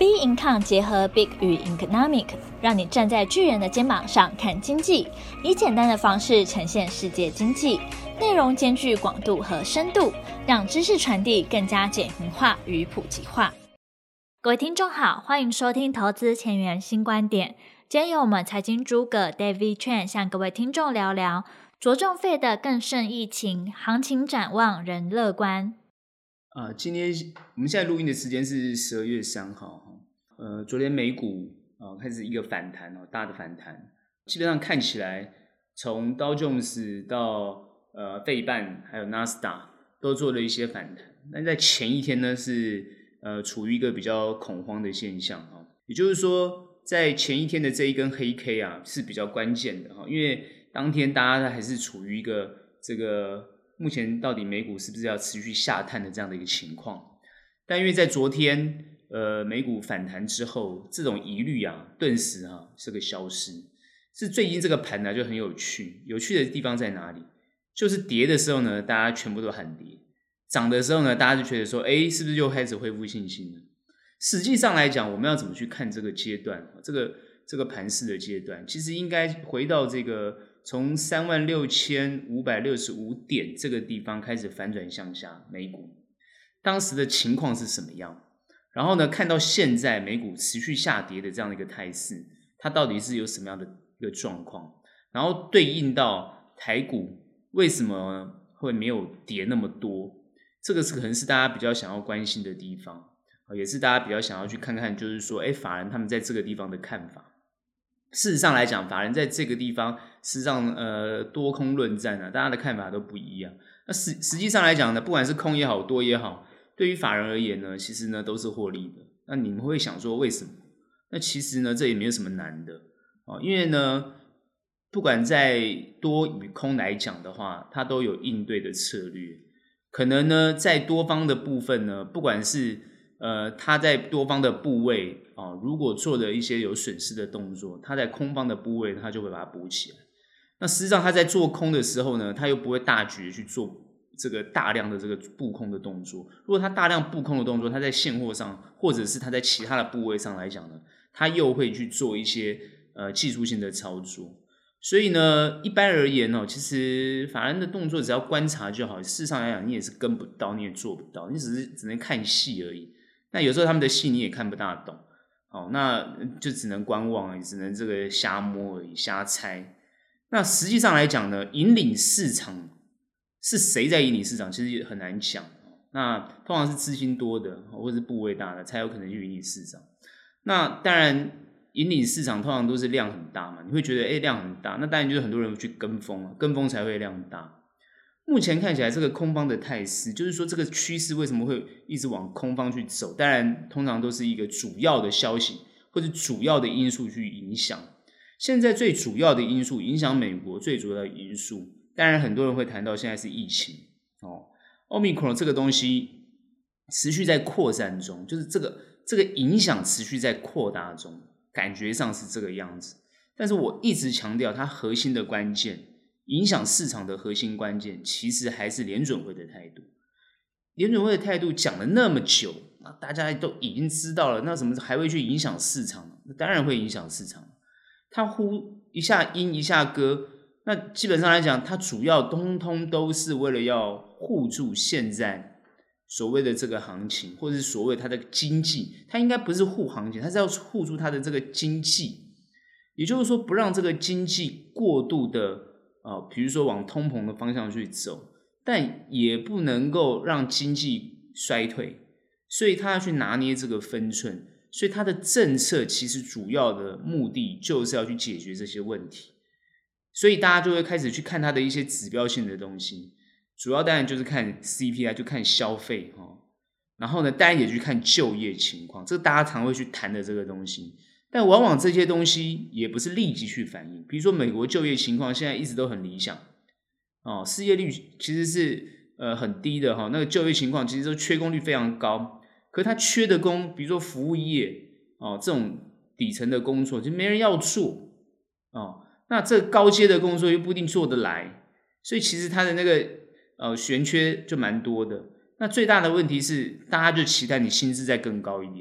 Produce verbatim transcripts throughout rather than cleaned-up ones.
B Income 结合 Big 与 Economic， 让你站在巨人的肩膀上看经济，以简单的方式呈现世界经济，内容兼具广度和深度，让知识传递更加简明化与普及化。各位听众好，欢迎收听投资前沿新观点。今天由我们财经诸葛 David Chen 向各位听众聊聊着重费的更胜疫情，行情展望仍乐观。 呃，今天我们现在录音的时间是十二月三号，呃，昨天美股呃开始一个反弹哦，大的反弹，基本上看起来从道琼斯到呃费半还有纳斯达都做了一些反弹，但在前一天呢是呃处于一个比较恐慌的现象哈，也就是说在前一天的这一根黑 K 啊是比较关键的哈，因为当天大家还是处于一个这个。目前到底美股是不是要持续下探的这样的一个情况？但因为在昨天呃美股反弹之后，这种疑虑啊顿时啊是个消失。是最近这个盘呢、啊、就很有趣，有趣的地方在哪里？就是跌的时候呢，大家全部都喊跌；涨的时候呢，大家就觉得说，哎，是不是又开始恢复信心了？实际上来讲，我们要怎么去看这个阶段？这个这个盘势的阶段，其实应该回到这个。从三万六千五百六十五点这个地方开始反转向下，美股当时的情况是什么样？然后呢，看到现在美股持续下跌的这样的一个态势，它到底是有什么样的一个状况？然后对应到台股为什么会没有跌那么多？这个是可能是大家比较想要关心的地方，也是大家比较想要去看看，就是说，哎，法人他们在这个地方的看法。事实上来讲，法人在这个地方，事实上，呃，多空论战啊，大家的看法都不一样。那实实际上来讲呢，不管是空也好，多也好，对于法人而言呢，其实呢都是获利的。那你们会想说为什么？那其实呢，这也没有什么难的哦，因为呢，不管在多与空来讲的话，它都有应对的策略。可能呢，在多方的部分呢，不管是呃，他在多方的部位啊，如果做了一些有损失的动作，他在空方的部位，他就会把它补起来。那实际上他在做空的时候呢，他又不会大举去做这个大量的这个布空的动作。如果他大量布空的动作，他在现货上或者是他在其他的部位上来讲呢，他又会去做一些呃技术性的操作。所以呢，一般而言哦，其实法人的动作只要观察就好。事实上来讲，你也是跟不到，你也做不到，你只是只能看戏而已。那有时候他们的戏你也看不大懂，哦，那就只能观望，也只能这个瞎摸而已，瞎猜。那实际上来讲呢，引领市场是谁在引领市场，其实也很难讲。那通常是资金多的或者是部位大的才有可能去引领市场。那当然，引领市场通常都是量很大嘛，你会觉得哎量很大，那当然就是很多人会去跟风啊，跟风才会量大。目前看起来这个空方的态势，就是说这个趋势为什么会一直往空方去走，当然通常都是一个主要的消息或者主要的因素去影响。现在最主要的因素影响美国最主要的因素，当然很多人会谈到现在是疫情哦 Omicron 这个东西持续在扩散中，就是这个这个影响持续在扩大中，感觉上是这个样子。但是我一直强调它核心的关键，影响市场的核心关键其实还是联准会的态度。联准会的态度讲了那么久，大家都已经知道了，那什么还会去影响市场？那当然会影响市场。它忽一下阴一下歌，那基本上来讲，它主要通通都是为了要护住现在所谓的这个行情，或者是所谓它的经济。它应该不是护行情，它是要护住它的这个经济，也就是说不让这个经济过度的啊，比如说往通膨的方向去走，但也不能够让经济衰退，所以他要去拿捏这个分寸。所以他的政策其实主要的目的就是要去解决这些问题，所以大家就会开始去看他的一些指标性的东西，主要当然就是看 C P I， 就看消费，然后呢当然也去看就业情况，这个大家常会去谈的这个东西。但往往这些东西也不是立即去反应，比如说美国就业情况现在一直都很理想，哦，失业率其实是呃很低的哈，那个就业情况其实都缺工率非常高，可是它缺的工，比如说服务业哦这种底层的工作就没人要做哦，那这高阶的工作又不一定做得来，所以其实它的那个呃悬缺就蛮多的。那最大的问题是，大家就期待你薪资再更高一点。因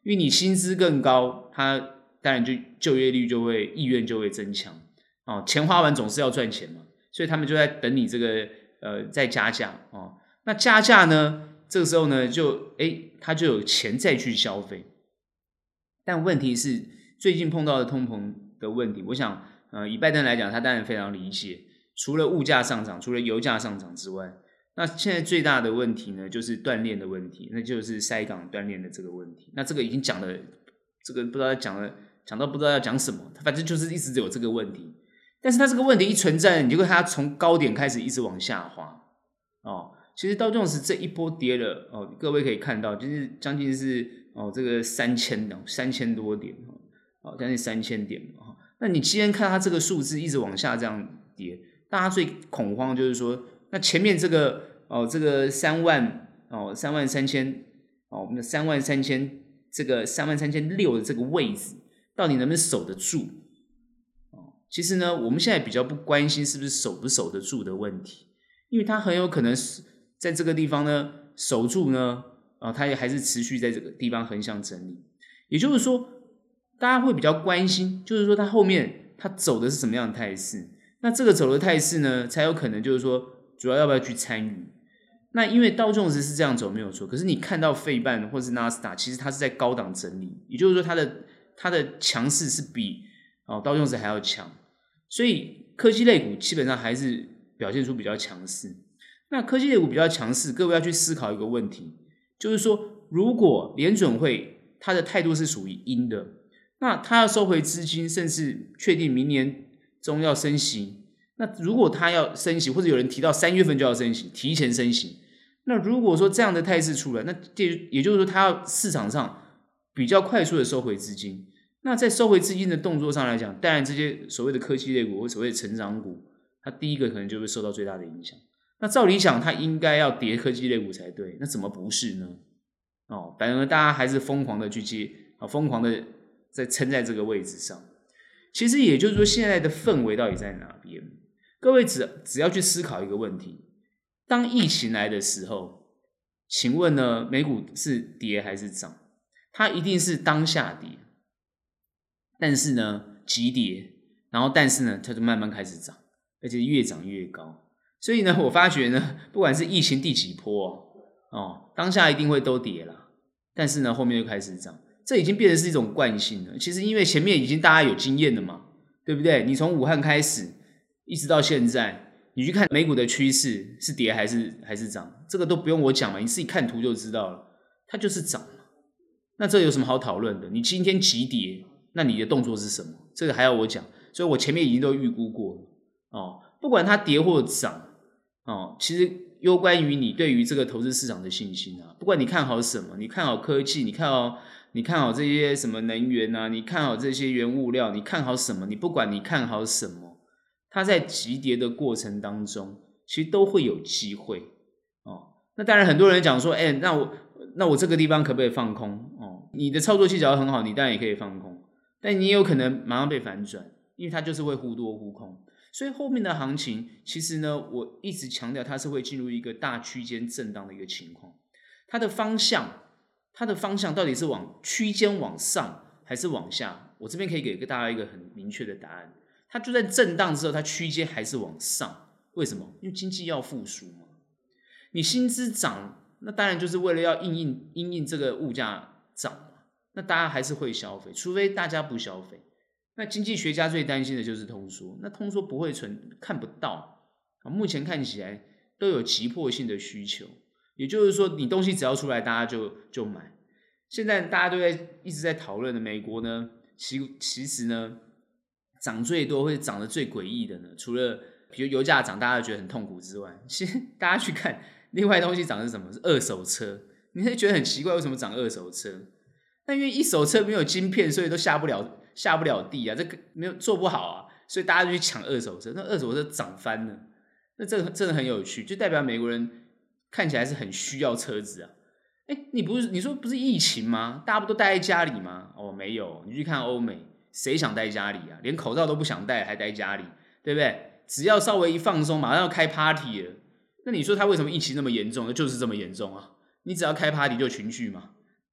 因为你薪资更高，它当然就就业率就会意愿就会增强哦，钱花完总是要赚钱嘛，所以他们就在等你这个呃再加价哦。那加价呢，这个时候呢就诶他就有钱再去消费。但问题是最近碰到的通膨的问题，我想呃以拜登来讲，他当然非常理解，除了物价上涨，除了油价上涨之外，那现在最大的问题呢就是锻炼的问题，那就是塞港锻炼的这个问题。那这个已经讲了，这个不知道讲了讲到不知道要讲什么，反正就是一直有这个问题。但是它这个问题一存在，你就看它从高点开始一直往下滑哦。其实道琼斯这一波跌了哦，各位可以看到，就是将近是哦这个三千三千多点哦，将近三千点哦。那你今天看它这个数字一直往下这样跌，大家最恐慌就是说，那前面这个哦这个三万哦三万三千哦我们的三万三千这个三万三千六的这个位置，到底能不能守得住？哦，其实呢，我们现在比较不关心是不是守不守得住的问题，因为它很有可能是在这个地方呢守住呢，啊、哦，它也还是持续在这个地方横向整理。也就是说，大家会比较关心，就是说它后面它走的是什么样的态势？那这个走的态势呢，才有可能就是说，主要要不要去参与？那因为道琼斯是这样走没有错，可是你看到费半或是纳斯达，其实它是在高档整理，也就是说它的它的强势是比哦道琼斯还要强，所以科技类股基本上还是表现出比较强势。那科技类股比较强势，各位要去思考一个问题，就是说，如果联准会它的态度是属于鹰的，那它要收回资金，甚至确定明年中要升息。那如果它要升息，或者有人提到三月份就要升息，提前升息，那如果说这样的态势出来，那也就是说，它要市场上比较快速的收回资金。那在收回资金的动作上来讲，当然这些所谓的科技类股或所谓的成长股，它第一个可能就会受到最大的影响。那照理想，它应该要跌科技类股才对，那怎么不是呢？哦，反而大家还是疯狂的去接，啊，疯狂的在撑在这个位置上。其实也就是说，现在的氛围到底在哪边？各位只只要去思考一个问题：当疫情来的时候，请问呢，美股是跌还是涨？它一定是当下跌，但是呢，急跌，然后但是呢，它就慢慢开始涨，而且越涨越高。所以呢，我发觉呢，不管是疫情第几波哦，哦，当下一定会都跌啦，但是呢，后面就开始涨，这已经变成是一种惯性了。其实因为前面已经大家有经验了嘛，对不对？你从武汉开始，一直到现在，你去看美股的趋势是跌还是还是涨，这个都不用我讲嘛，你自己看图就知道了，它就是涨嘛。那这有什么好讨论的？你今天急跌，那你的动作是什么？这个还要我讲？所以我前面已经都预估过了哦。不管它跌或涨。哦，其实攸关于你对于这个投资市场的信心啊。不管你看好什么，你看好科技，你看好你看好这些什么能源啊，你看好这些原物料，你看好什么？你不管你看好什么，它在急跌的过程当中，其实都会有机会哦。那当然，很多人讲说，哎，那我那我这个地方可不可以放空？哦，你的操作技巧很好，你当然也可以放空，但你也有可能马上被反转，因为它就是会忽多忽空。所以后面的行情，其实呢，我一直强调它是会进入一个大区间震荡的一个情况。它的方向，它的方向到底是往区间往上还是往下？我这边可以给大家一个很明确的答案。它就在震荡之后，它区间还是往上。为什么？因为经济要复苏嘛。你薪资涨，那当然就是为了要因应因应这个物价涨嘛。那大家还是会消费，除非大家不消费。那经济学家最担心的就是通缩，那通缩不会存，看不到，目前看起来都有急迫性的需求，也就是说，你东西只要出来，大家就就买。现在大家都在一直在讨论的美国呢，其其实呢，涨最多或者涨得最诡异的呢，除了比如油价涨，大家觉得很痛苦之外，其实大家去看另外东西涨的是什么？是二手车，你会觉得很奇怪，为什么涨二手车？那因为一手车没有晶片，所以都下不了。下不了地啊，这个没有做不好啊，所以大家就去抢二手车，那二手车涨翻了，那这个真的很有趣，就代表美国人看起来是很需要车子啊。哎，你不是你说不是疫情吗？大家不都待在家里吗？哦，没有，你去看欧美，谁想待家里啊？连口罩都不想戴，还待家里，对不对？只要稍微一放松，马上要开 party 了。那你说他为什么疫情那么严重？就是这么严重啊！你只要开 party 就群聚嘛，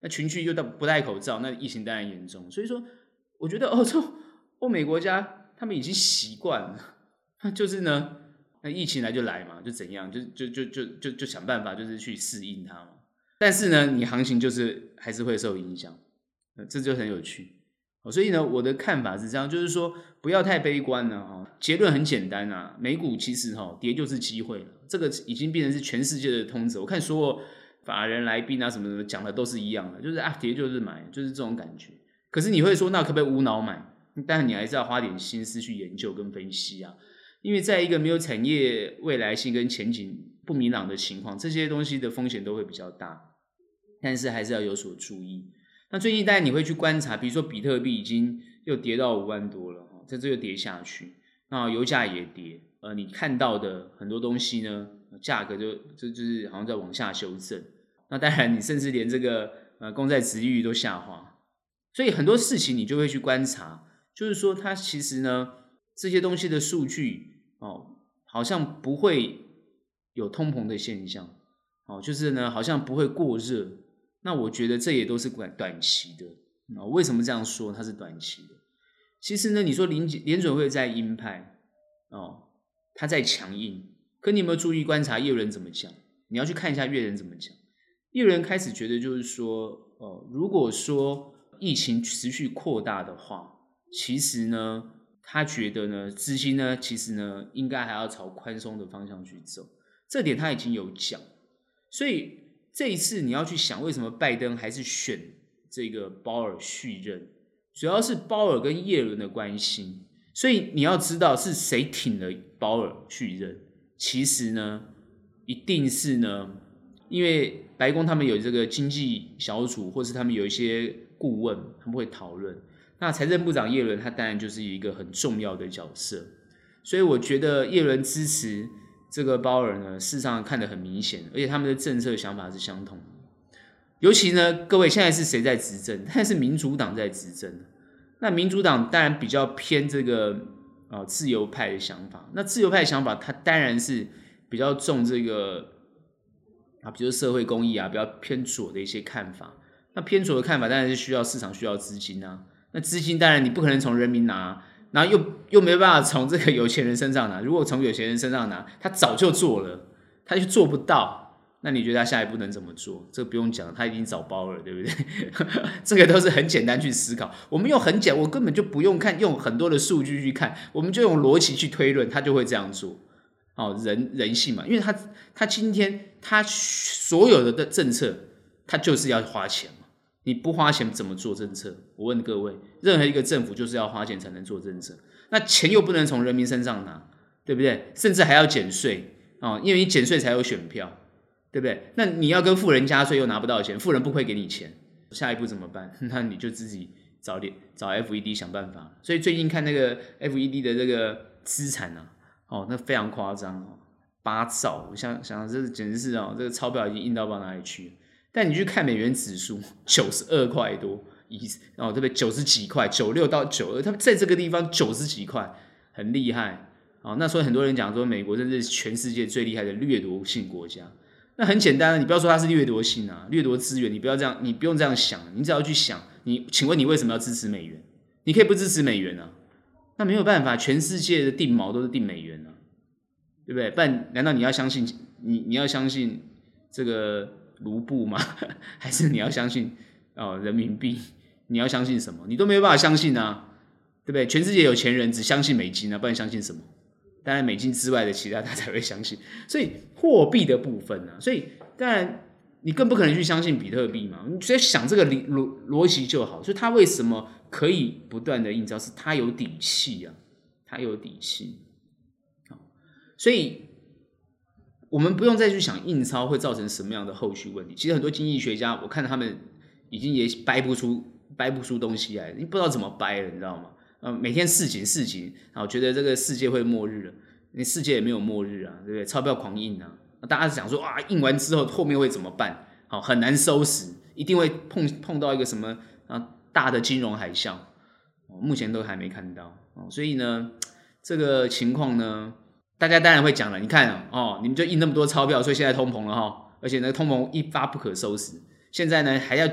那群聚又不戴口罩，那疫情当然严重。所以说，我觉得欧洲、欧美国家他们已经习惯了，就是呢，那疫情来就来嘛，就怎样，就就就就就就想办法，就是去适应它嘛。但是呢，你行情就是还是会受影响，这就很有趣。所以呢，我的看法是这样，就是说不要太悲观了哈。结论很简单啊，美股其实哈跌就是机会了，这个已经变成是全世界的通则。我看所有法人来宾啊什么什么讲的都是一样的，就是啊跌就是买，就是这种感觉。可是你会说那可不可以无脑买？当然你还是要花点心思去研究跟分析啊，因为在一个没有产业未来性跟前景不明朗的情况，这些东西的风险都会比较大，但是还是要有所注意。那最近当然你会去观察，比如说比特币已经又跌到五万多了，在这又跌下去，那油价也跌，呃，你看到的很多东西呢，价格就就就是好像在往下修正。那当然，你甚至连这个呃公债殖利率都下滑，所以很多事情你就会去观察，就是说它其实呢这些东西的数据哦，好像不会有通膨的现象，哦，就是呢好像不会过热。那我觉得这也都是短期的，哦，为什么这样说它是短期的？其实呢，你说联准会在鹰派，哦，它在强硬，可你有没有注意观察业人怎么讲？你要去看一下业人怎么讲。业人开始觉得就是说，哦，如果说疫情持续扩大的话，其实呢，他觉得呢，资金呢，其实呢，应该还要朝宽松的方向去走，这点他已经有讲，所以。这一次你要去想为什么拜登还是选这个鲍尔续任，主要是鲍尔跟耶伦的关系，所以你要知道是谁挺了鲍尔续任。其实呢，一定是呢，因为白宫他们有这个经济小组，或是他们有一些顾问，他们会讨论。那财政部长耶伦他当然就是一个很重要的角色，所以我觉得耶伦支持。这个鲍尔呢，事实上看得很明显，而且他们的政策想法是相同的。尤其呢，各位现在是谁在执政？现在是民主党在执政。那民主党当然比较偏这个、呃、自由派的想法。那自由派的想法，它当然是比较重这个啊，比如社会公益啊，比较偏左的一些看法。那偏左的看法当然是需要市场需要资金啊。那资金当然你不可能从人民拿。然后又又没办法从这个有钱人身上拿，如果从有钱人身上拿，他早就做了，他就做不到。那你觉得他下一步能怎么做？这个不用讲，他已经找包了，对不对？这个都是很简单去思考。我们用很简，我根本就不用看，用很多的数据去看，我们就用逻辑去推论，他就会这样做。哦，人人性嘛，因为他他今天他所有的政策，他就是要花钱嘛。你不花钱怎么做政策？我问各位，任何一个政府就是要花钱才能做政策，那钱又不能从人民身上拿，对不对？甚至还要减税，哦，因为你减税才有选票，对不对？那你要跟富人加税又拿不到钱，富人不会给你钱，下一步怎么办？那你就自己找点找 F E D 想办法。所以最近看那个 F E D 的这个资产啊，哦，那非常夸张哦，八兆，我想想这简直是哦，这个钞票已经印到不知道哪里去了。但你去看美元指数，九十二块多，哦，对不对？九十几块，九六到九二，他们在这个地方九十几块，很厉害。哦，那所以很多人讲说，美国真是全世界最厉害的掠夺性国家。那很简单，你不要说它是掠夺性啊，掠夺资源，你不要这样，你不用这样想，你只要去想，你请问你为什么要支持美元？你可以不支持美元啊，那没有办法，全世界的定锚都是定美元啊，对不对？不然难道你要相信你你要相信这个？卢布吗？还是你要相信、哦、人民币？你要相信什么？你都没有办法相信啊，对不对？全世界有钱人只相信美金啊，不然相信什么？当然美金之外的其他他才会相信。所以货币的部分啊，所以当然你更不可能去相信比特币嘛。你直接想这个逻辑就好。所以他为什么可以不断的印钞？是他有底气啊，他有底气。所以。我们不用再去想印钞会造成什么样的后续问题。其实很多经济学家，我看他们已经也掰不出掰不出东西来，你不知道怎么掰了，你知道吗？呃，每天事情事情，然后觉得这个世界会末日了，你世界也没有末日啊，对不对？钞票狂印啊，大家想说啊，印完之后后面会怎么办？好，很难收拾，一定会碰碰到一个什么啊大的金融海啸，目前都还没看到。所以呢，这个情况呢。大家当然会讲了，你看哦，你们就印那么多钞票，所以现在通膨了哈，而且呢，通膨一发不可收拾。现在呢，还要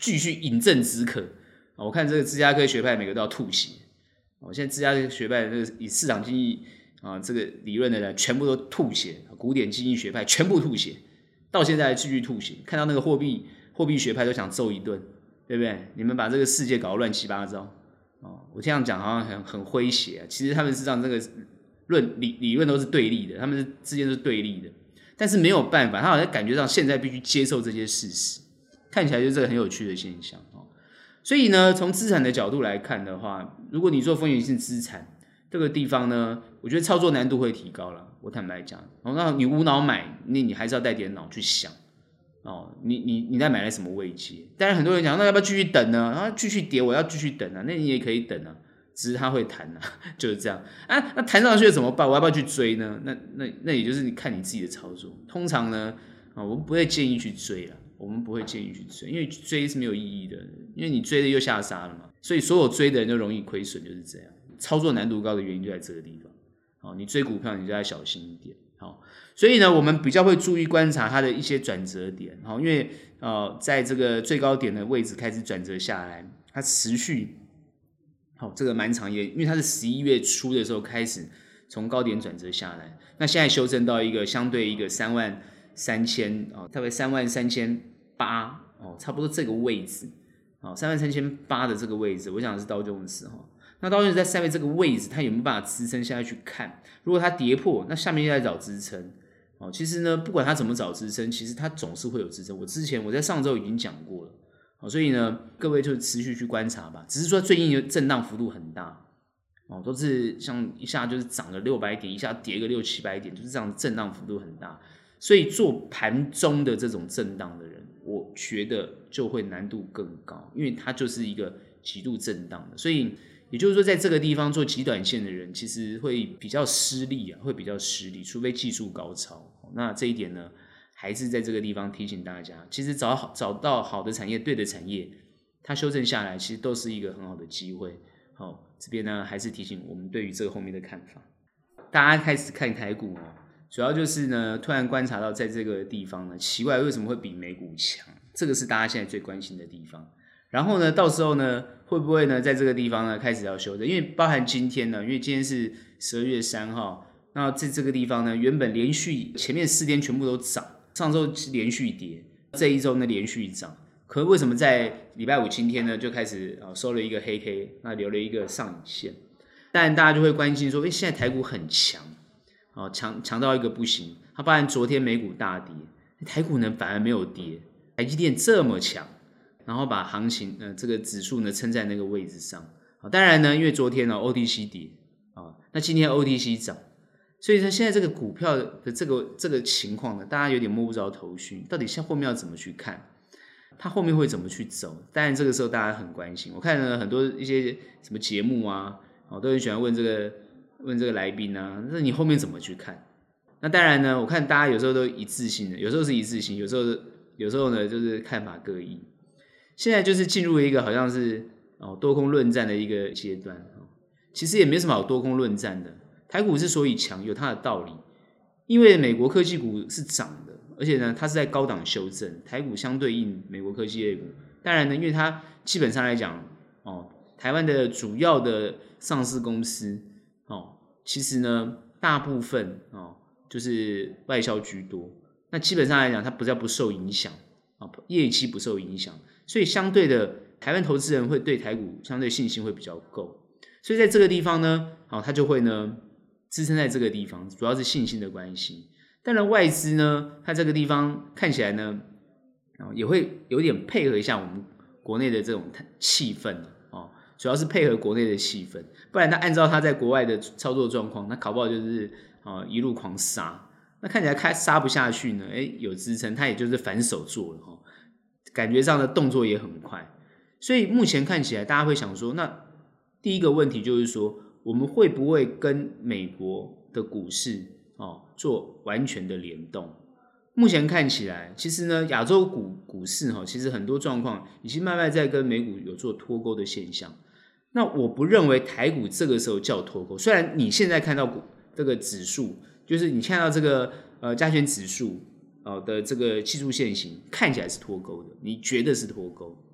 继续饮鸩止渴。我看这个芝加哥学派每个都要吐血。现在芝加哥学派的这个以市场经济啊这个理论的人全部都吐血，古典经济学派全部吐血，到现在还继续吐血。看到那个货币货币学派都想揍一顿，对不对？你们把这个世界搞得乱七八糟。哦，我这样讲好像很很诙谐啊，其实他们实际上这个论理理论都是对立的，他们之间都是对立的，但是没有办法，他好像感觉上现在必须接受这些事实，看起来就是这个很有趣的现象哦。所以呢，从资产的角度来看的话，如果你做风险性资产这个地方呢，我觉得操作难度会提高了。我坦白讲，哦，那你无脑买，那你还是要带点脑去想。哦，你你你在买来什么位阶？当然很多人讲，那要不要继续等呢？啊，继续跌，我要继续等啊。那你也可以等啊，只是它会弹啊，就是这样啊。那弹上去了怎么办？我要不要去追呢？那那那也就是你看你自己的操作。通常呢，啊，我们不会建议去追啦，我们不会建议去追，因为追是没有意义的，因为你追了又下杀了嘛。所以所有追的人就容易亏损，就是这样。操作难度高的原因就在这个地方。好，你追股票你就要小心一点。好，所以呢，我们比较会注意观察它的一些转折点。好，因为呃，在这个最高点的位置开始转折下来，它持续好这个蛮长也，因为它是十一月初的时候开始从高点转折下来，那现在修正到一个相对一个三万三千哦，大概三万三千八哦，差不多这个位置。好，三万三千八的这个位置，我想是道琼斯哈。那道琼斯在下面这个位置，它有没有办法支撑下来去看？如果它跌破，那下面又在找支撑。哦，其实呢，不管它怎么找支撑，其实它总是会有支撑。我之前我在上周已经讲过了。哦，所以呢，各位就持续去观察吧。只是说最近的震荡幅度很大。哦，都是像一下就是涨了六百点，一下跌个六七百点，就是这样震荡幅度很大。所以做盘中的这种震荡的人，我觉得就会难度更高，因为它就是一个极度震荡的。所以也就是说，在这个地方做极短线的人，其实会比较失利啊，会比较失利，除非技术高超。那这一点呢，还是在这个地方提醒大家，其实找好找到好的产业，对的产业，它修正下来，其实都是一个很好的机会。好，这边呢还是提醒我们对于这个后面的看法。大家开始看台股哦，主要就是呢，突然观察到在这个地方呢，奇怪为什么会比美股强？这个是大家现在最关心的地方。然后呢，到时候呢，会不会呢，在这个地方呢开始要修正？因为包含今天呢，因为今天是十二月三号，那在这个地方呢，原本连续前面四天全部都涨，上周是连续跌，这一周呢连续涨。可为什么在礼拜五今天呢就开始啊收了一个黑 K， 那留了一个上影线？当然大家就会关心说，哎，现在台股很强，哦，强强到一个不行。它包含昨天美股大跌，台股呢反而没有跌，台积电这么强。然后把行情呃这个指数呢撑在那个位置上，当然呢，因为昨天呢 O T C 跌啊，那今天 O T C 涨，所以呢现在这个股票的这个这个情况呢，大家有点摸不着头绪，到底像后面要怎么去看，它后面会怎么去走？当然这个时候大家很关心，我看了很多一些什么节目啊，哦都很喜欢问这个问这个来宾啊，那你后面怎么去看？那当然呢，我看大家有时候都一致性的，有时候是一致性，有时候有时候呢就是看法各异。现在就是进入一个好像是哦多空论战的一个阶段，其实也没什么好多空论战的。台股之所以强，有它的道理，因为美国科技股是涨的，而且呢它是在高档修正，台股相对应美国科技类股。当然呢，因为它基本上来讲，哦，台湾的主要的上市公司哦，其实呢大部分哦就是外销居多，那基本上来讲它比较不受影响。业绩不受影响，所以相对的台湾投资人会对台股相对信心会比较够，所以在这个地方呢，好，它就会呢支撑在这个地方，主要是信心的关系。当然外资呢，它这个地方看起来呢，也会有点配合一下我们国内的这种气氛哦，主要是配合国内的气氛，不然它按照它在国外的操作状况，那搞不好就是哦一路狂杀。那看起来开杀不下去呢，哎，有支撑，它也就是反手做了哈，感觉上的动作也很快，所以目前看起来，大家会想说，那第一个问题就是说，我们会不会跟美国的股市哦做完全的联动？目前看起来，其实呢，亚洲股股市哈，其实很多状况已经慢慢在跟美股有做脱钩的现象。那我不认为台股这个时候叫脱钩，虽然你现在看到股这个指数。就是你看到这个呃加权指数、呃、的这个技术线型看起来是脱钩的，你觉得是脱钩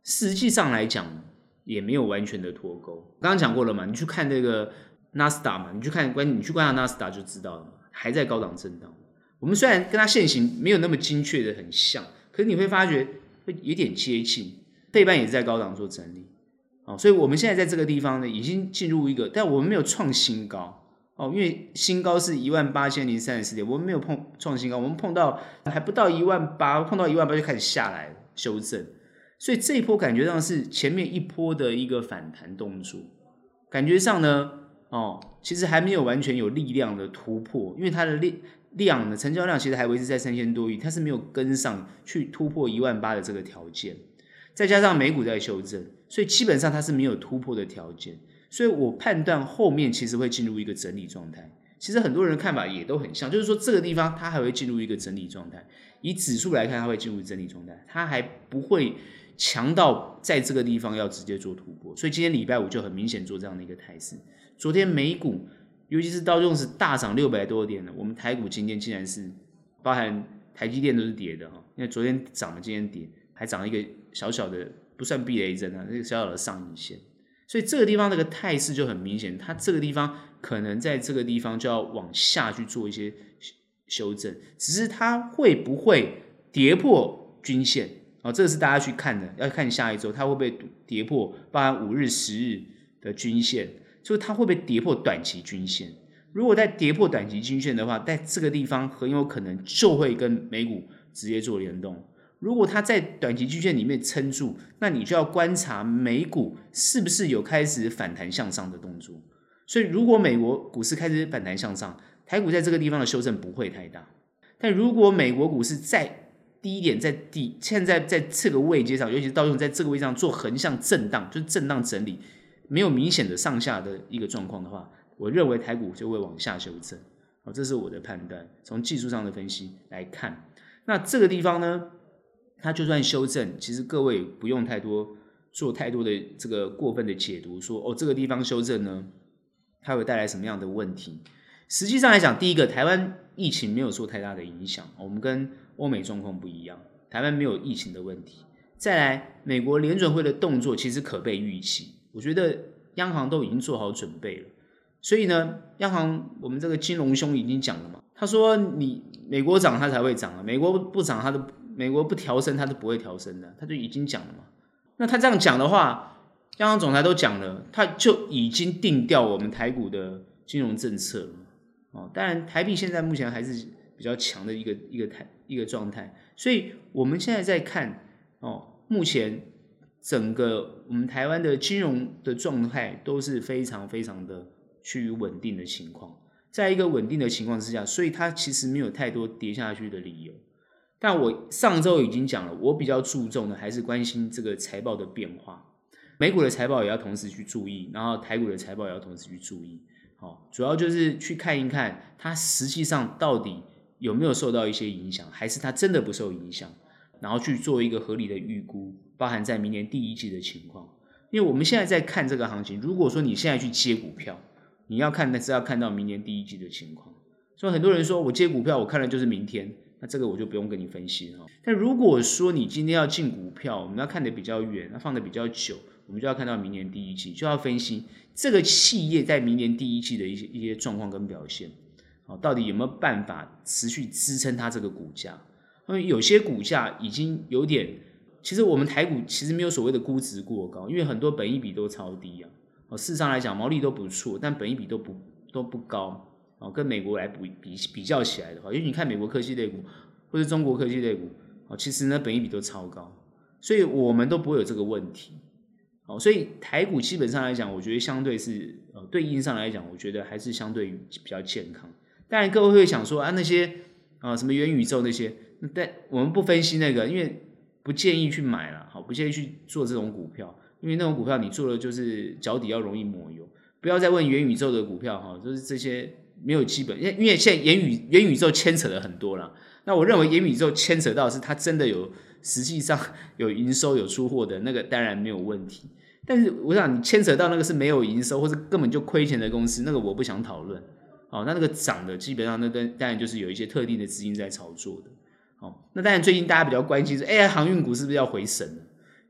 实际上来讲也没有完全的脱钩。刚刚讲过了嘛，你去看这个纳斯达嘛，你去看关你去观察纳斯达就知道了嘛，还在高档震荡。我们虽然跟它现行没有那么精确的很像，可是你会发觉会有点接近。费半也是在高档做整理，哦，所以我们现在在这个地方呢，已经进入一个，但我们没有创新高哦，因为新高是一万八千零三十四点，我们没有碰创新高，我们碰到还不到一万八，碰到一万八就开始下来了修正，所以这一波感觉上是前面一波的一个反弹动作，感觉上呢，哦，其实还没有完全有力量的突破，因为它的量呢，成交量其实还维持在三千多亿，它是没有跟上去突破一万八的这个条件。再加上美股在修正，所以基本上它是没有突破的条件，所以我判断后面其实会进入一个整理状态。其实很多人的看法也都很像，就是说这个地方它还会进入一个整理状态。以指数来看，它会进入整理状态，它还不会强到在这个地方要直接做突破。所以今天礼拜五就很明显做这样的一个态势。昨天美股，尤其是道琼斯大涨六百多点了，我们台股今天竟然是包含台积电都是跌的，因为昨天涨了，今天跌。还涨了一个小小的，不算避雷针啊，那个小小的上影线，所以这个地方这个态势就很明显，它这个地方可能在这个地方就要往下去做一些修正，只是它会不会跌破均线，哦，这个是大家去看的，要看下一周它会不会跌破，包含五日、十日的均线，就是它会不会跌破短期均线。如果在跌破短期均线的话，在这个地方很有可能就会跟美股直接做联动。如果它在短期均线里面撑住，那你就要观察美股是不是有开始反弹向上的动作。所以如果美国股市开始反弹向上，台股在这个地方的修正不会太大。但如果美国股市在低点在低，现在在这个位阶上，尤其是道琼在这个位置上做横向震荡，就是震荡整理，没有明显的上下的一个状况的话，我认为台股就会往下修正。好，这是我的判断，从技术上的分析来看。那这个地方呢，它就算修正，其实各位不用太多做太多的这个过分的解读，说哦这个地方修正呢，它会带来什么样的问题？实际上来讲，第一个，台湾疫情没有受太大的影响，我们跟欧美状况不一样，台湾没有疫情的问题。再来，美国联准会的动作其实可被预期，我觉得央行都已经做好准备了。所以呢，央行我们这个金融兄已经讲了嘛，他说你美国涨它才会涨啊，美国不涨它都美国不调升它都不会调升的，他就已经讲了嘛。那他这样讲的话，央行总裁都讲了，他就已经定调我们台股的金融政策了。哦，当然台币现在目前还是比较强的一个一个态一个状态，所以我们现在在看哦，目前整个我们台湾的金融的状态都是非常非常的趋于稳定的情况，在一个稳定的情况之下，所以它其实没有太多跌下去的理由。但我上周已经讲了，我比较注重的还是关心这个财报的变化，美股的财报也要同时去注意，然后台股的财报也要同时去注意。好，主要就是去看一看它实际上到底有没有受到一些影响，还是它真的不受影响，然后去做一个合理的预估，包含在明年第一季的情况。因为我们现在在看这个行情，如果说你现在去接股票，你要看的是要看到明年第一季的情况。所以很多人说我接股票我看的就是明天，那这个我就不用跟你分析了。但如果说你今天要进股票，我们要看得比较远，要放得比较久，我们就要看到明年第一季，就要分析这个企业在明年第一季的一些一些状况跟表现，到底有没有办法持续支撑它这个股价。因为有些股价已经有点，其实我们台股其实没有所谓的估值过高，因为很多本益比都超低啊。事实上来讲，毛利都不错，但本益比都不都不高。跟美国来比比比较起来的话，因为你看美国科技类股或者中国科技类股，其实呢本益比都超高，所以我们都不会有这个问题。所以台股基本上来讲，我觉得相对是呃对应上来讲，我觉得还是相对比较健康。当然各位会想说啊，那些啊什么元宇宙那些，但我们不分析那个，因为不建议去买啦，好，不建议去做这种股票，因为那种股票你做的就是脚底要容易抹油。不要再问元宇宙的股票哈，就是这些没有基本，因为现在元宇元宇宙牵扯了很多啦。那我认为元宇宙牵扯到的是它真的有实际上有营收有出货的那个，当然没有问题。但是我想你牵扯到那个是没有营收或者根本就亏钱的公司，那个我不想讨论。好，那那个涨的基本上那当然就是有一些特定的资金在炒作的。好，那当然最近大家比较关心是，哎呀，航运股是不是要回神了？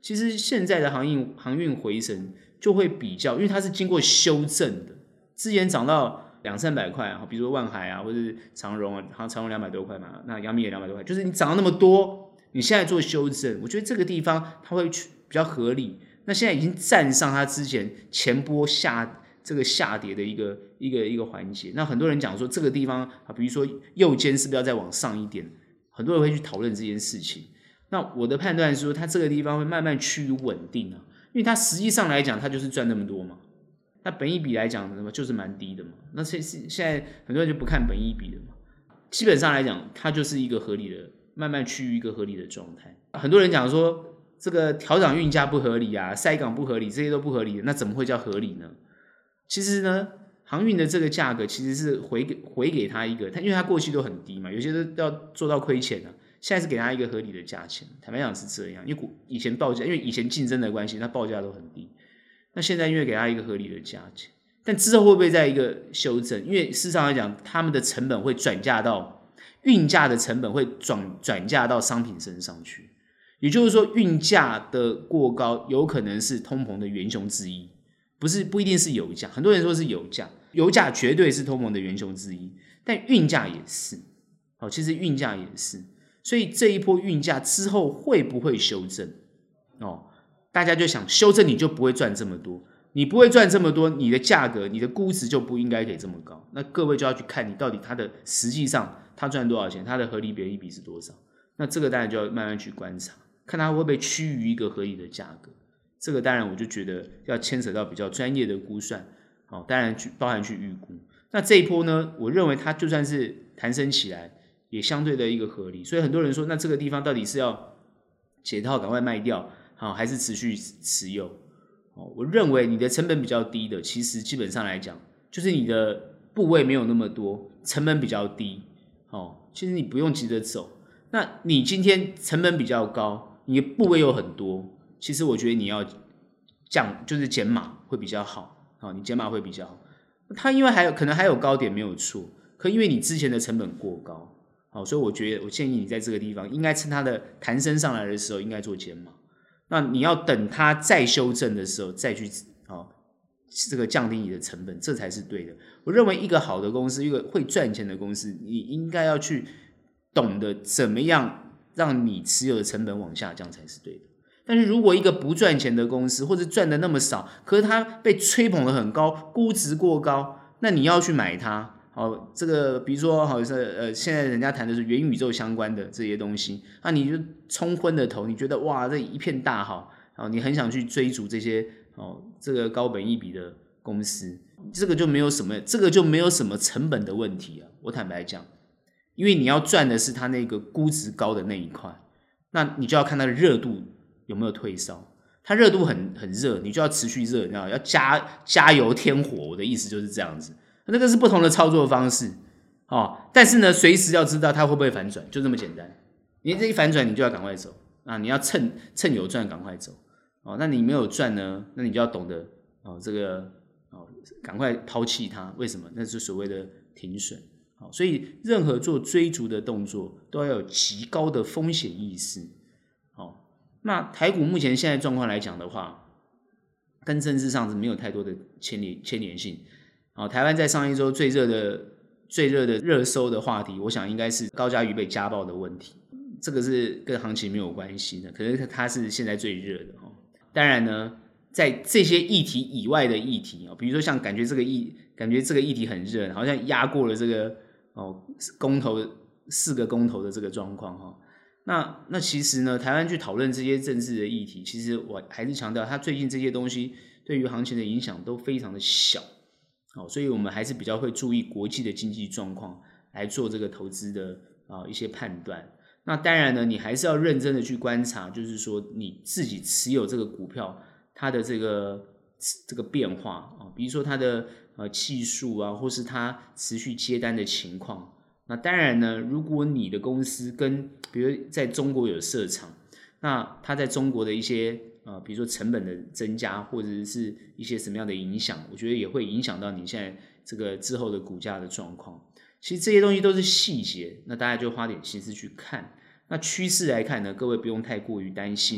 其实现在的航运航运回神就会比较，因为它是经过修正的，之前涨到两三百块，比如说万海啊，或者是长荣啊，长荣两百多块嘛，那阳明也两百多块，就是你涨到那么多，你现在做修正，我觉得这个地方它会比较合理。那现在已经站上它之前前波下这个下跌的一个一个一个环节。那很多人讲说这个地方啊，比如说右肩是不是要再往上一点？很多人会去讨论这件事情。那我的判断是说，它这个地方会慢慢趋于稳定啊，因为它实际上来讲，它就是赚那么多嘛。那本益比来讲什么就是蛮低的嘛。那现现在很多人就不看本益比的嘛。基本上来讲，它就是一个合理的，慢慢趋于一个合理的状态。很多人讲说，这个调涨运价不合理啊，塞港不合理，这些都不合理的，那怎么会叫合理呢？其实呢，航运的这个价格其实是回给回给他一个，因为它过去都很低嘛，有些都要做到亏钱啊，现在是给他一个合理的价钱。坦白讲是这样，因为以前报价，因为以前竞争的关系，它报价都很低，那现在因为给他一个合理的价钱，但之后会不会再一个修正？因为事实上来讲，他们的成本会转嫁到运价的成本会转转嫁到商品身上去。也就是说，运价的过高有可能是通膨的元凶之一，不是不一定是油价。很多人说是油价，油价绝对是通膨的元凶之一，但运价也是。好，其实运价也是。所以这一波运价之后会不会修正？哦，大家就想修正，你就不会赚这么多，你不会赚这么多，你的价格、你的估值就不应该给这么高。那各位就要去看你到底它的实际上它赚多少钱，它的合理本益比是多少。那这个当然就要慢慢去观察。看它会不会趋于一个合理的价格，这个当然我就觉得要牵扯到比较专业的估算，好，当然去包含去预估。那这一波呢，我认为它就算是弹升起来，也相对的一个合理。所以很多人说，那这个地方到底是要解套赶快卖掉，好，还是持续持有？我认为你的成本比较低的，其实基本上来讲，就是你的部位没有那么多，成本比较低，哦，其实你不用急着走。那你今天成本比较高，你的部位有很多，其实我觉得你要降，就是减码会比较好，好，你减码会比较好。它因为还有可能还有高点没有错，可因为你之前的成本过高，好，所以我觉得我建议你在这个地方应该趁它的弹升上来的时候应该做减码。那你要等它再修正的时候再去，好，这个降低你的成本，这才是对的。我认为一个好的公司，一个会赚钱的公司，你应该要去懂得怎么样让你持有的成本往下降才是对的。但是如果一个不赚钱的公司，或者赚的那么少，可是它被吹捧的很高，估值过高，那你要去买它。好，这个比如说好像呃，现在人家谈的是元宇宙相关的这些东西，那你就冲昏了头，你觉得哇这一片大好，好，你很想去追逐这些哦这个高本益比的公司，这个就没有什么，这个就没有什么成本的问题啊。我坦白讲。因为你要赚的是它那个估值高的那一块，那你就要看它的热度有没有退烧。它热度很很热，你就要持续热，你知道要加加油添火。我的意思就是这样子，那个是不同的操作方式哦。但是呢，随时要知道它会不会反转，就这么简单。你这一反转，你就要赶快走啊！你要趁趁有赚赶快走哦。那你没有赚呢，那你就要懂得哦，这个哦，赶快抛弃它。为什么？那是所谓的停损。好，所以任何做追逐的动作都要有极高的风险意识。好，那台股目前现在状况来讲的话，跟政治上是没有太多的牵连牵连性。好，台湾在上一周最热的最热的热搜的话题，我想应该是高嘉瑜被家暴的问题，这个是跟行情没有关系的，可是它是现在最热的。当然呢，在这些议题以外的议题，比如说像感觉这个议感觉这个议题很热，好像压过了这个。哦，公投四个公投的这个状况哈，那那其实呢，台湾去讨论这些政治的议题，其实我还是强调，它最近这些东西对于行情的影响都非常的小，哦，所以我们还是比较会注意国际的经济状况来做这个投资的啊、呃、一些判断。那当然呢，你还是要认真的去观察，就是说你自己持有这个股票它的这个这个变化啊，比如说它的。呃，技术啊，或是它持续接单的情况。那当然呢，如果你的公司跟比如在中国有设厂，那它在中国的一些呃，比如说成本的增加，或者是一些什么样的影响，我觉得也会影响到你现在这个之后的股价的状况。其实这些东西都是细节，那大家就花点心思去看。那趋势来看呢，各位不用太过于担心。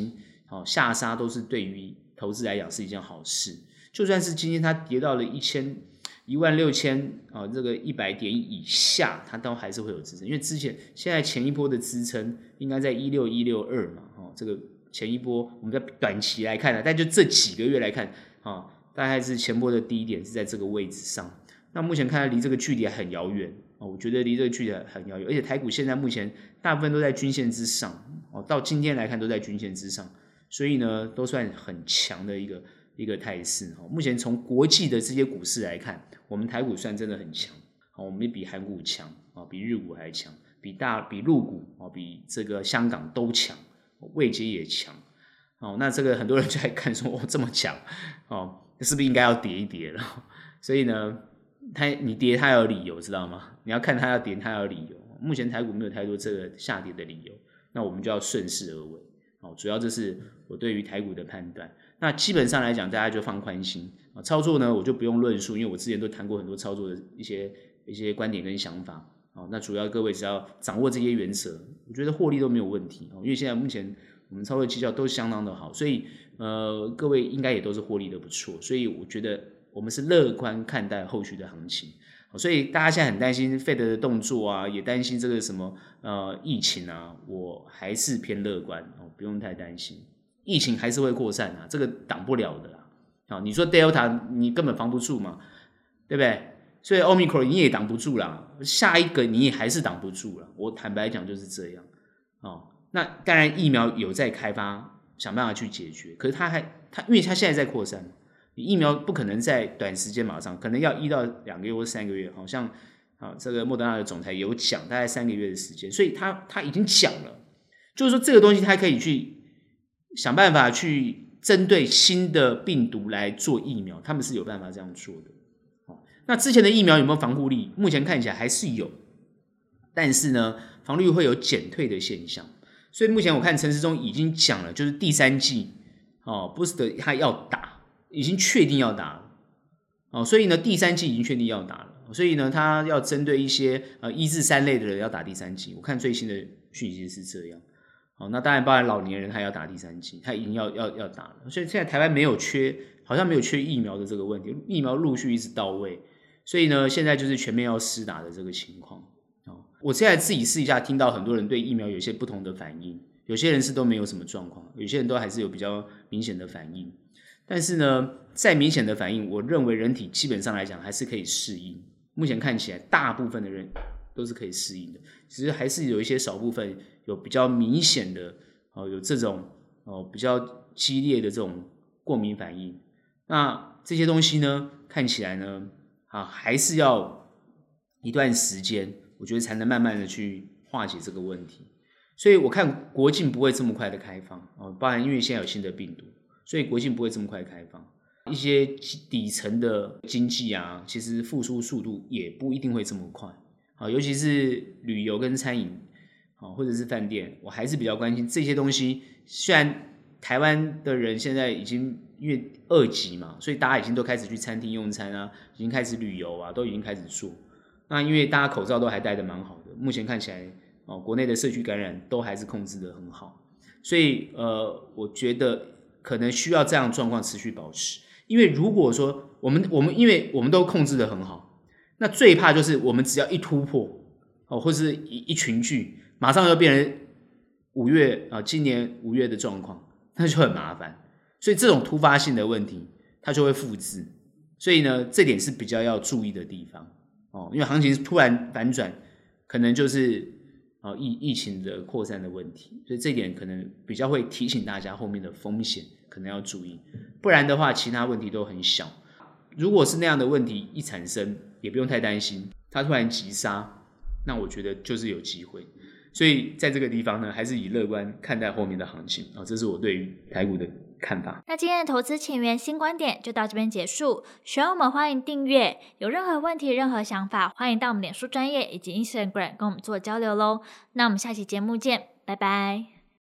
哦，下杀都是对于投资来讲是一件好事。就算是今天它跌到了一千一万六千啊，这个一百点以下，它都还是会有支撑，因为之前现在前一波的支撑应该在一六一六二嘛，哦，这个前一波我们在短期来看呢，但就这几个月来看啊，大概是前波的低点是在这个位置上。那目前看来离这个距离很遥远哦，我觉得离这个距离很遥远，而且台股现在目前大部分都在均线之上哦，到今天来看都在均线之上，所以呢都算很强的一个一个态势哦。目前从国际的这些股市来看，我们台股算真的很强哦，我们也比韩股强哦，比日股还强，比大比陆股哦，比这个香港都强，位阶也强哦。那这个很多人就在看说，哦这么强哦，是不是应该要跌一跌了？所以呢。它你跌它有理由知道吗？你要看它要跌它有理由。目前台股没有太多这个下跌的理由，那我们就要顺势而为。好，主要这是我对于台股的判断。那基本上来讲，大家就放宽心。操作呢，我就不用论述，因为我之前都谈过很多操作的一些一些观点跟想法。好，那主要各位只要掌握这些原则，我觉得获利都没有问题。因为现在目前我们操作绩效都相当的好，所以呃各位应该也都是获利的不错，所以我觉得。我们是乐观看待后续的行情，所以大家现在很担心 Fed 的动作啊，也担心这个什么呃疫情啊，我还是偏乐观哦，不用太担心，疫情还是会扩散啊，这个挡不了的啦。好，你说 Delta 你根本防不住嘛，对不对？所以 Omicron 你也挡不住啦，下一个你也还是挡不住啦。我坦白讲就是这样哦。那当然疫苗有在开发，想办法去解决，可是它还它因为它现在在扩散。疫苗不可能在短时间马上，可能要一到两个月或三个月，好像啊，这个莫德纳的总裁有讲，大概三个月的时间，所以他他已经讲了，就是说这个东西他可以去想办法去针对新的病毒来做疫苗，他们是有办法这样做的。那之前的疫苗有没有防护力？目前看起来还是有，但是呢，防御率会有减退的现象，所以目前我看陈时中已经讲了，就是第三剂哦 ，booster 他要打。已经确定要打了，哦，所以呢，第三剂已经确定要打了，所以呢，他要针对一些呃一至三类的人要打第三剂。我看最新的讯息是这样，哦，那当然包含老年人他要打第三剂，他已经要要要打了。所以现在台湾没有缺，好像没有缺疫苗的这个问题，疫苗陆续一直到位，所以呢，现在就是全面要施打的这个情况。哦，我现在自己试一下，听到很多人对疫苗有些不同的反应，有些人是都没有什么状况，有些人都还是有比较明显的反应。但是呢，再明显的反应，我认为人体基本上来讲还是可以适应。目前看起来，大部分的人都是可以适应的，只是还是有一些少部分有比较明显的哦，有这种哦比较激烈的这种过敏反应。那这些东西呢，看起来呢，啊还是要一段时间，我觉得才能慢慢的去化解这个问题。所以我看国境不会这么快的开放哦，包含因为现在有新的病毒。所以国境不会这么快开放，一些底层的经济啊，其实复苏速度也不一定会这么快啊，尤其是旅游跟餐饮啊，或者是饭店，我还是比较关心这些东西。虽然台湾的人现在已经因为二级嘛，所以大家已经都开始去餐厅用餐啊，已经开始旅游啊，都已经开始做。那因为大家口罩都还戴得蛮好的，目前看起来哦，国内的社区感染都还是控制得很好，所以呃，我觉得。可能需要这样的状况持续保持，因为如果说我们我们因为我们都控制得很好，那最怕就是我们只要一突破哦，或是一一群聚，马上就变成五月啊，今年五月的状况，那就很麻烦。所以这种突发性的问题，它就会复制。所以呢，这点是比较要注意的地方哦，因为行情突然反转，可能就是啊疫疫情的扩散的问题，所以这点可能比较会提醒大家后面的风险。可能要注意，不然的话其他问题都很小。如果是那样的问题一产生，也不用太担心，它突然急杀，那我觉得就是有机会。所以在这个地方呢，还是以乐观看待后面的行情啊，这是我对于台股的看法。 那今天的投资前沿新观点就到这边结束，喜欢我们欢迎订阅，有任何问题任何想法欢迎到我们脸书专页以及 Instagram 跟我们做交流咯。那我们下期节目见，拜拜。